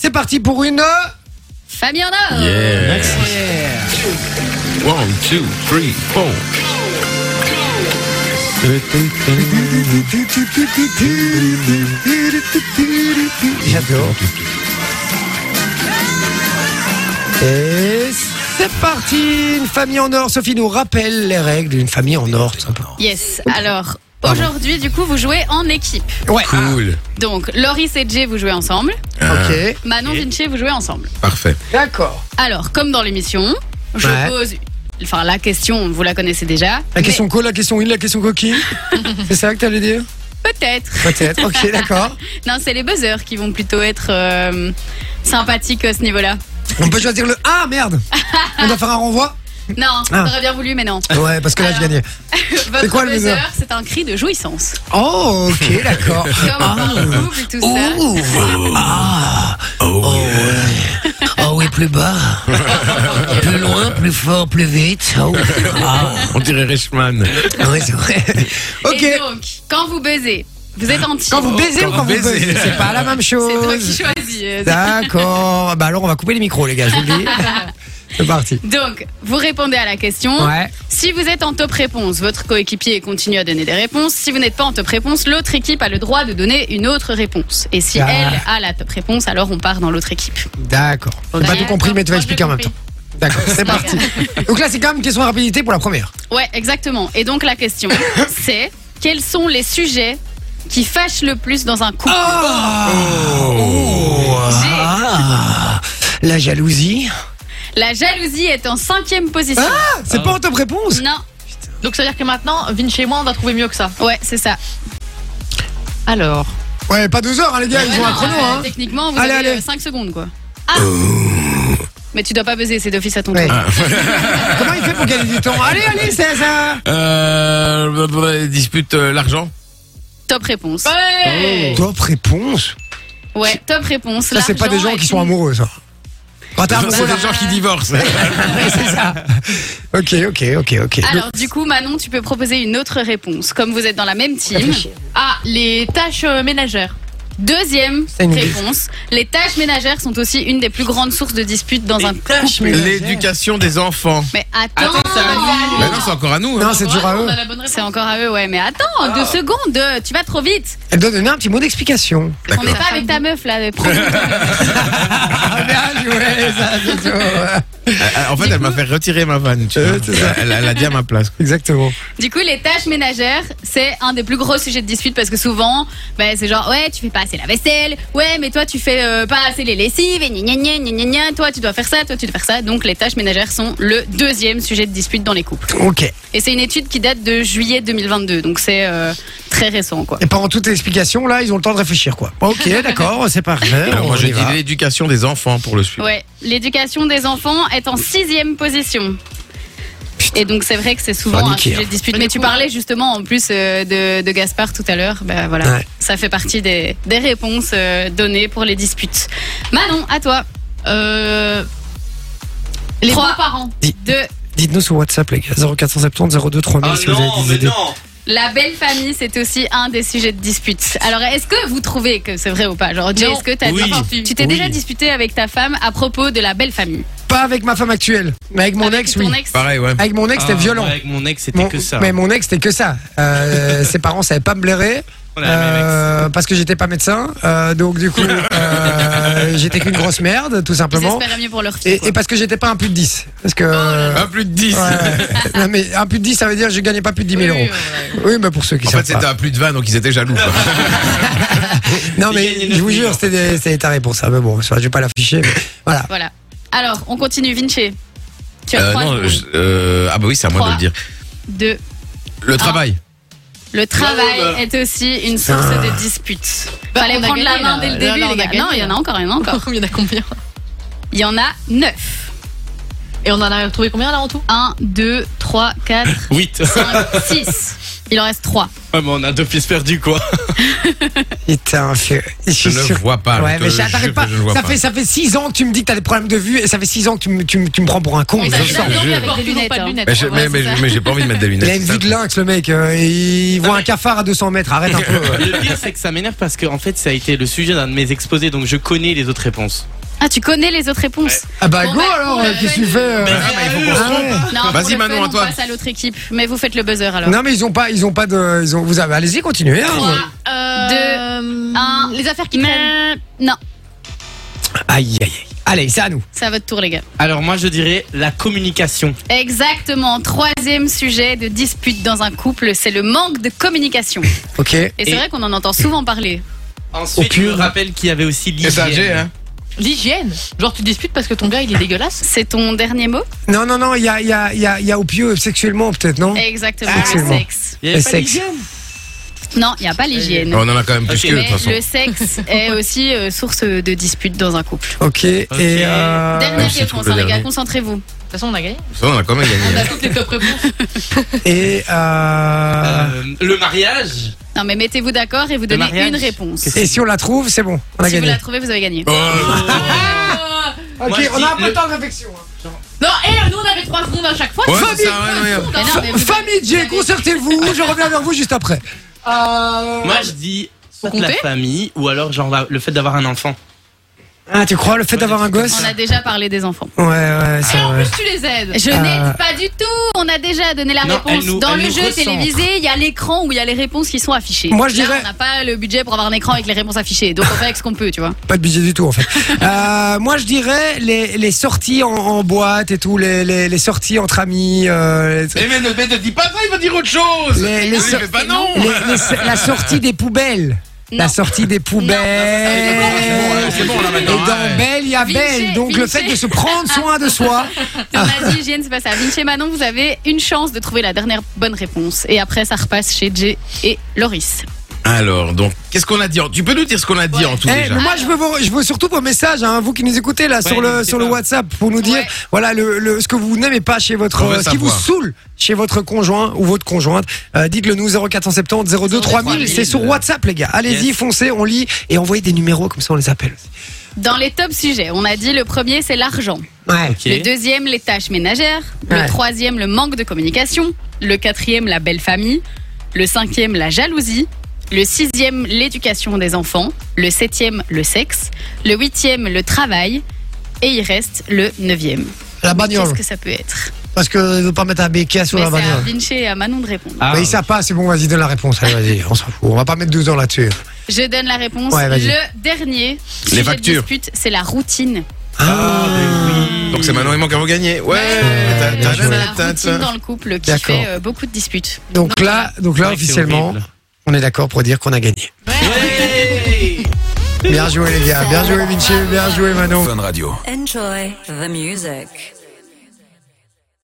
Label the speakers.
Speaker 1: c'est parti pour une...
Speaker 2: Famille en or.
Speaker 3: Yeah. 1, 2, 3, 4.
Speaker 1: J'adore. Et c'est parti, une famille en or. Sophie nous rappelle les règles d'une famille en or, tout simplement.
Speaker 2: Yes, alors aujourd'hui du coup vous jouez en équipe.
Speaker 1: Ouais.
Speaker 3: Cool.
Speaker 2: Donc Loris et Jay vous jouez ensemble.
Speaker 1: Ok.
Speaker 2: Manon, Vinci vous jouez ensemble.
Speaker 3: Parfait.
Speaker 1: D'accord.
Speaker 2: Alors comme dans l'émission, je
Speaker 1: Ouais.
Speaker 2: pose... Enfin la question, vous la connaissez déjà.
Speaker 1: La question co, la question in, la question coquille. C'est ça que t'allais dire?
Speaker 2: Peut-être.
Speaker 1: Peut-être. Ok, d'accord.
Speaker 2: Non, c'est les buzzers qui vont plutôt être sympathiques à ce niveau-là.
Speaker 1: On peut choisir le... Ah, merde. On doit faire un renvoi?
Speaker 2: Non, j'aurais bien voulu, mais non.
Speaker 1: Ouais, parce que là, je gagnais.
Speaker 2: Votre
Speaker 1: quoi, le
Speaker 2: buzzer,
Speaker 1: buzzer
Speaker 2: c'est un cri de jouissance.
Speaker 1: Oh, ok, d'accord.
Speaker 2: Comme un couple, tout ça.
Speaker 1: Ouh. Ah. Oh, ouais. Oh oui, plus bas. Plus loin, plus fort, plus vite. Oh. Ah.
Speaker 3: On dirait Reichmann.
Speaker 1: Ouais, c'est vrai. Ok.
Speaker 2: Et donc, quand vous buzzez, vous êtes en team.
Speaker 1: Quand vous baisez
Speaker 3: Quand
Speaker 1: ou quand
Speaker 3: vous
Speaker 1: vous
Speaker 3: baisez.
Speaker 1: baisez, c'est pas la même
Speaker 2: C'est toi qui
Speaker 1: chose.
Speaker 2: choisis.
Speaker 1: D'accord. Bah alors, on va couper les micros, les gars, je vous le dis. C'est parti.
Speaker 2: Donc, vous répondez à la question.
Speaker 1: Ouais.
Speaker 2: Si vous êtes en top réponse, votre coéquipier continue à donner des réponses. Si vous n'êtes pas en top réponse, l'autre équipe a le droit de donner une autre réponse. Et si
Speaker 1: Ah.
Speaker 2: elle a la top réponse, alors on part dans l'autre équipe.
Speaker 1: D'accord. J'ai pas tout compris, mais tu vas expliquer en même temps. D'accord, c'est parti. Donc là, c'est quand même une question de rapidité pour la première.
Speaker 2: Ouais, exactement. Et donc la question, c'est quels sont les sujets qui fâchent le plus dans un couple?
Speaker 1: La jalousie.
Speaker 2: La jalousie est en 5e position.
Speaker 1: Ah, c'est pas en top réponse.
Speaker 2: Non.
Speaker 4: Donc ça veut dire que maintenant, Vinci et moi, on doit trouver mieux que ça.
Speaker 2: Ouais, c'est ça.
Speaker 4: Alors,
Speaker 1: Ouais, pas 12 heures, hein, les gars, ils
Speaker 2: Ouais,
Speaker 1: ont un
Speaker 2: non,
Speaker 1: chrono, hein.
Speaker 2: Techniquement, vous
Speaker 1: Allez,
Speaker 2: avez
Speaker 1: allez.
Speaker 2: 5 secondes, quoi. Mais tu dois pas buzzer, c'est d'office à ton
Speaker 1: Ouais.
Speaker 2: tour.
Speaker 1: Comment il fait pour gagner du temps? Allez, allez, c'est ça.
Speaker 3: Dispute l'argent.
Speaker 2: Top réponse.
Speaker 1: Top réponse.
Speaker 2: Ouais, top réponse.
Speaker 1: Ça, c'est pas des gens qui sont amoureux, ça. Quand t'es amoureux,
Speaker 3: C'est
Speaker 1: là.
Speaker 3: des gens qui divorcent.
Speaker 1: Ouais, c'est ça. Ok.
Speaker 2: Alors, du coup, Manon, tu peux proposer une autre réponse. Comme vous êtes dans la même team.
Speaker 4: les tâches ménagères.
Speaker 2: Deuxième
Speaker 1: C'est une
Speaker 2: réponse. Les tâches ménagères sont aussi une des plus grandes sources de disputes dans un couple.
Speaker 3: L'éducation des enfants.
Speaker 2: Mais attends,
Speaker 3: Mais non, c'est encore à nous.
Speaker 1: Non,
Speaker 3: Hein.
Speaker 1: c'est toujours à eux.
Speaker 4: On a la bonne réponse.
Speaker 2: c'est encore à eux, ouais. Mais attends, 2 secondes, tu vas trop vite.
Speaker 1: Elle doit donner un petit mot d'explication.
Speaker 2: On n'est pas avec ta meuf là. Prends-
Speaker 1: Ah, bien joué, ça, c'est tout.
Speaker 3: En fait, elle m'a fait retirer ma vanne. Tu vois.
Speaker 1: c'est ça.
Speaker 3: Elle a dit à ma place.
Speaker 1: Exactement.
Speaker 2: Du coup, les tâches ménagères, c'est un des plus gros sujets de dispute parce que souvent, c'est genre, ouais, tu fais pas assez la vaisselle, ouais, mais toi, tu fais pas assez les lessives, et gna gna gna gna gna, toi, tu dois faire ça, toi, tu dois faire ça. Donc, les tâches ménagères sont le 2e sujet de dispute dans les couples.
Speaker 1: Ok.
Speaker 2: Et c'est une étude qui date de juillet 2022, donc c'est très récent, quoi.
Speaker 1: Et pendant toute l'explication, là, ils ont le temps de réfléchir, quoi. Ok, d'accord, c'est parfait.
Speaker 3: Alors, moi,
Speaker 1: on
Speaker 3: je
Speaker 1: y
Speaker 3: dis
Speaker 1: va.
Speaker 3: l'éducation des enfants pour le suivre.
Speaker 2: Ouais, l'éducation des enfants est en 6e position. Et donc c'est vrai que c'est souvent un
Speaker 1: Paniqué,
Speaker 2: sujet de dispute. Mais tu parlais justement en plus de Gaspard tout à l'heure. Ben voilà,
Speaker 1: Ouais.
Speaker 2: ça fait partie des réponses données pour les disputes. Manon, à toi.
Speaker 4: Les
Speaker 2: 3,
Speaker 4: beaux-parents.
Speaker 2: 2.
Speaker 1: Dites-nous sur WhatsApp, les gars. 0470 02 3000 si vous avez des idées.
Speaker 2: La belle famille, c'est aussi un des sujets de dispute. Alors, est-ce que vous trouvez que c'est vrai ou pas? Genre, Jay,
Speaker 4: Non.
Speaker 2: est-ce que t'as tu t'es déjà disputé avec ta femme à propos de la belle famille?
Speaker 1: Pas avec ma femme actuelle, mais avec mon
Speaker 2: Avec
Speaker 1: ex,
Speaker 2: ton
Speaker 1: oui.
Speaker 2: ex?
Speaker 3: Pareil, ouais.
Speaker 1: Avec mon ex, c'était violent.
Speaker 5: Avec mon ex, c'était que ça.
Speaker 1: Mais mon ex, c'était que ça. Ses parents savaient pas me blairer.
Speaker 5: On a la même ex.
Speaker 1: Parce que j'étais pas médecin, donc du coup j'étais qu'une grosse merde, tout
Speaker 2: Ils
Speaker 1: simplement.
Speaker 2: espéraient mieux pour leur fille.
Speaker 1: Et parce que j'étais pas un plus de 10. Parce que.
Speaker 3: Un plus de 10.
Speaker 1: Ouais. Non, mais un plus de 10, ça veut dire que je gagnais pas plus de 10 000 euros. Oui, mais pour ceux qui
Speaker 3: En
Speaker 1: savent
Speaker 3: fait, c'était
Speaker 1: pas.
Speaker 3: un plus de 20, donc ils étaient jaloux. Quoi.
Speaker 1: Non, mais
Speaker 5: Il gagnait
Speaker 1: je vous
Speaker 5: 9 000
Speaker 1: jure, c'était ta réponse. Mais bon, je vais pas l'afficher. Mais voilà.
Speaker 2: Voilà. Alors, on continue, Vinci. Tu as 3
Speaker 3: non, ah bah oui, c'est à moi de le dire.
Speaker 2: 2.
Speaker 3: Le travail.
Speaker 2: Le travail est aussi une source de dispute. Fallait
Speaker 4: on a
Speaker 2: prendre la
Speaker 4: gagné,
Speaker 2: main
Speaker 4: là.
Speaker 2: dès le
Speaker 4: Là,
Speaker 2: début,
Speaker 4: là, on
Speaker 2: les
Speaker 4: a
Speaker 2: gars.
Speaker 4: gagné,
Speaker 2: Non, il y en a
Speaker 4: là.
Speaker 2: encore, il y en a encore.
Speaker 4: Il y en a combien?
Speaker 2: Il y en a 9.
Speaker 4: Et on en a trouvé combien là en tout?
Speaker 2: 1, 2, 3, 4,
Speaker 5: 8.
Speaker 2: 5, 6. Il en reste 3.
Speaker 5: Ouais, mais on a 2 pièces perdues, quoi.
Speaker 1: Putain, je suis
Speaker 3: Je ne
Speaker 1: sûr.
Speaker 3: vois pas.
Speaker 1: Ouais,
Speaker 3: je
Speaker 1: mais
Speaker 3: te
Speaker 1: t'arrêtes
Speaker 3: jure
Speaker 1: pas.
Speaker 3: que je ne vois pas.
Speaker 1: Ça fait 6 ans que tu me dis que t'as des problèmes de vue et ça fait 6 ans que tu me prends pour un con.
Speaker 2: Oui,
Speaker 1: je
Speaker 2: ça
Speaker 1: le
Speaker 2: fait
Speaker 1: sens.
Speaker 2: longtemps
Speaker 3: je-
Speaker 2: avec des lunettes.
Speaker 4: Pas de
Speaker 2: hein.
Speaker 4: lunettes.
Speaker 3: Mais je-
Speaker 2: Ouais,
Speaker 3: mais-
Speaker 2: c'est ça.
Speaker 3: mais j'ai pas envie de mettre des lunettes.
Speaker 1: Il a une
Speaker 3: c'est
Speaker 1: vue de
Speaker 3: ça.
Speaker 1: lynx, le mec. Il voit un cafard à 200 mètres. Arrête un peu.
Speaker 5: Le pire, c'est que ça m'énerve parce que, en fait, ça a été le sujet d'un de mes exposés, donc je connais les autres réponses.
Speaker 2: Ah, tu connais les autres réponses?
Speaker 6: Ah bah
Speaker 2: Bon,
Speaker 6: go
Speaker 2: bah,
Speaker 6: alors,
Speaker 2: on le
Speaker 6: qu'est-ce que tu
Speaker 2: fait.
Speaker 6: fais
Speaker 3: Mais il faut qu'on se
Speaker 6: Ah ouais.
Speaker 3: trompe.
Speaker 2: Non,
Speaker 3: Vas-y,
Speaker 2: pour le
Speaker 3: Manon,
Speaker 2: fun,
Speaker 3: à toi.
Speaker 2: On passe à l'autre équipe, mais vous faites le buzzer alors.
Speaker 6: Non mais ils ont pas de, vous avez, allez-y continuez. Hein.
Speaker 2: Un.
Speaker 4: Les affaires qui traînent.
Speaker 2: Non,
Speaker 6: Aïe aïe aïe. Allez, c'est à nous.
Speaker 2: c'est à votre tour, les gars.
Speaker 5: Alors moi je dirais la communication.
Speaker 2: Exactement. Troisième sujet de dispute dans un couple, c'est le manque de communication.
Speaker 6: Ok.
Speaker 2: Et c'est
Speaker 5: Et-
Speaker 2: vrai qu'on en entend souvent parler.
Speaker 5: Ensuite, je me rappelle qu'il y avait aussi
Speaker 3: SAG,
Speaker 5: l'hygiène.
Speaker 3: hein.
Speaker 4: L'hygiène. Genre, tu disputes parce que ton gars, il est dégueulasse.
Speaker 2: C'est ton dernier mot?
Speaker 6: Non il y a opieux sexuellement peut-être non.
Speaker 2: Exactement,
Speaker 6: Sexuellement.
Speaker 2: le sexe.
Speaker 5: Il y avait
Speaker 6: Le
Speaker 5: pas
Speaker 6: sexe.
Speaker 5: l'hygiène.
Speaker 2: Non, il n'y a pas l'hygiène.
Speaker 3: On en a quand même plus
Speaker 5: Ok.
Speaker 3: que de
Speaker 2: Mais
Speaker 3: toute façon.
Speaker 2: le sexe est aussi source de dispute dans un couple.
Speaker 6: Ok. Et
Speaker 2: Dernière
Speaker 3: c'est
Speaker 2: réponse,
Speaker 3: le
Speaker 2: hein, les gars,
Speaker 3: dernier.
Speaker 2: concentrez-vous.
Speaker 4: De toute façon, on a gagné.
Speaker 3: Ça, on a quand même
Speaker 4: On
Speaker 3: gagné.
Speaker 4: a toutes les top réponses.
Speaker 6: et
Speaker 5: Le mariage.
Speaker 2: Non, mais mettez-vous d'accord et vous donnez
Speaker 5: mariage.
Speaker 2: une réponse.
Speaker 6: et si on la trouve, c'est bon, on a
Speaker 2: Si vous
Speaker 6: gagné.
Speaker 2: la trouvez, vous avez gagné.
Speaker 3: Oh,
Speaker 6: Ok,
Speaker 5: Moi, je
Speaker 6: on
Speaker 5: dis
Speaker 6: a un peu
Speaker 5: le-
Speaker 6: de temps de réflexion. Hein.
Speaker 4: Non, nous, on avait 3 secondes à chaque fois.
Speaker 3: ouais,
Speaker 6: Famille.
Speaker 3: c'est ça, ouais, ouais.
Speaker 2: Mais non, mais vous
Speaker 6: Famille J, concertez-vous, je reviens vers vous juste après.
Speaker 5: Moi je dis soit la
Speaker 4: compter
Speaker 5: famille ou alors genre le fait d'avoir un enfant.
Speaker 6: Ah, tu crois le fait d'avoir un gosse?
Speaker 2: On a déjà parlé des enfants.
Speaker 6: Ouais, c'est
Speaker 4: Et en
Speaker 6: vrai.
Speaker 4: plus, tu les aides.
Speaker 2: Je n'aide pas du tout. On a déjà donné la
Speaker 5: Non,
Speaker 2: réponse.
Speaker 5: elle nous-
Speaker 2: Dans
Speaker 5: elle
Speaker 2: le
Speaker 5: nous
Speaker 2: jeu
Speaker 5: recentre.
Speaker 2: télévisé, il y a l'écran où il y a les réponses qui sont affichées.
Speaker 6: Moi, je
Speaker 2: Là,
Speaker 6: dirais-
Speaker 2: on n'a pas le budget pour avoir un écran avec les réponses affichées. Donc on fait avec ce qu'on peut, tu vois.
Speaker 6: Pas de budget du tout en fait. Moi je dirais les sorties en boîte et tout, les sorties entre amis,
Speaker 3: Mais ne dis pas ça, il va dire autre chose.
Speaker 6: Les- les
Speaker 3: Il
Speaker 6: so-
Speaker 3: fait pas non.
Speaker 6: la sortie des poubelles. La
Speaker 2: Non.
Speaker 6: sortie des poubelles.
Speaker 3: C'est bon là
Speaker 6: Et
Speaker 3: maintenant.
Speaker 6: dans
Speaker 3: ouais.
Speaker 6: Belle, il y a
Speaker 2: Vinci,
Speaker 6: Belle. Donc le
Speaker 2: Vinci.
Speaker 6: fait de se prendre soin de soi.
Speaker 2: On a dit hygiène, c'est pas ça. Vinci et Manon, vous avez une chance de trouver la dernière bonne réponse. Et après, ça repasse chez Jay et Loris.
Speaker 3: Alors, donc, qu'est-ce qu'on a dit Tu peux nous dire ce qu'on a dit en tout
Speaker 6: Eh,
Speaker 3: déjà
Speaker 6: mais moi, je veux surtout vos messages, hein, vous qui nous écoutez là sur le
Speaker 5: n'hésitez pas.
Speaker 6: WhatsApp, pour nous dire,
Speaker 2: Ouais.
Speaker 6: voilà, ce que vous n'aimez pas chez votre,
Speaker 3: On veut
Speaker 6: ce qui vous
Speaker 3: savoir.
Speaker 6: saoule chez votre conjoint ou votre conjointe. Dites-le nous 0470 02 3000. C'est sur WhatsApp, les gars. Allez-y,
Speaker 5: Yes.
Speaker 6: foncez, on lit et envoyez des numéros comme ça, on les appelle.
Speaker 2: Dans les top sujets, on a dit le premier, c'est l'argent.
Speaker 6: Ouais.
Speaker 5: Ok.
Speaker 2: Le deuxième, les tâches ménagères.
Speaker 6: Ouais.
Speaker 2: Le troisième, le manque de communication. Le quatrième, la belle famille. Le cinquième, la jalousie. Le sixième, l'éducation des enfants. Le septième, le sexe. Le huitième, le travail. Et il reste le neuvième.
Speaker 6: La bagnole.
Speaker 2: Qu'est-ce que ça peut être?
Speaker 6: Parce que ne veut pas mettre un béquet sur
Speaker 2: Mais
Speaker 6: la
Speaker 2: c'est à
Speaker 6: bagnole.
Speaker 2: Vinci et à Manon de répondre.
Speaker 5: Ah,
Speaker 6: Mais ça passe, c'est bon, vas-y, donne la réponse. Allez, vas-y, on s'en fout. On va pas mettre 12 ans là-dessus.
Speaker 2: Je donne la réponse.
Speaker 6: Ouais, vas-y.
Speaker 2: Le dernier sujet de
Speaker 3: factures.
Speaker 2: dispute, c'est la routine.
Speaker 3: Donc c'est Manon et moi qui avons gagné. Ouais.
Speaker 6: bien
Speaker 2: C'est
Speaker 6: joué.
Speaker 2: la routine dans le couple qui
Speaker 6: D'accord.
Speaker 2: fait beaucoup de disputes.
Speaker 6: Donc là,
Speaker 5: c'est vrai que c'est
Speaker 6: officiellement,
Speaker 5: horrible.
Speaker 6: on est d'accord pour dire qu'on a gagné.
Speaker 5: Ouais.
Speaker 6: Bien joué, les gars. Bien joué, Vinci. Bien joué, Manon.
Speaker 7: Enjoy the music.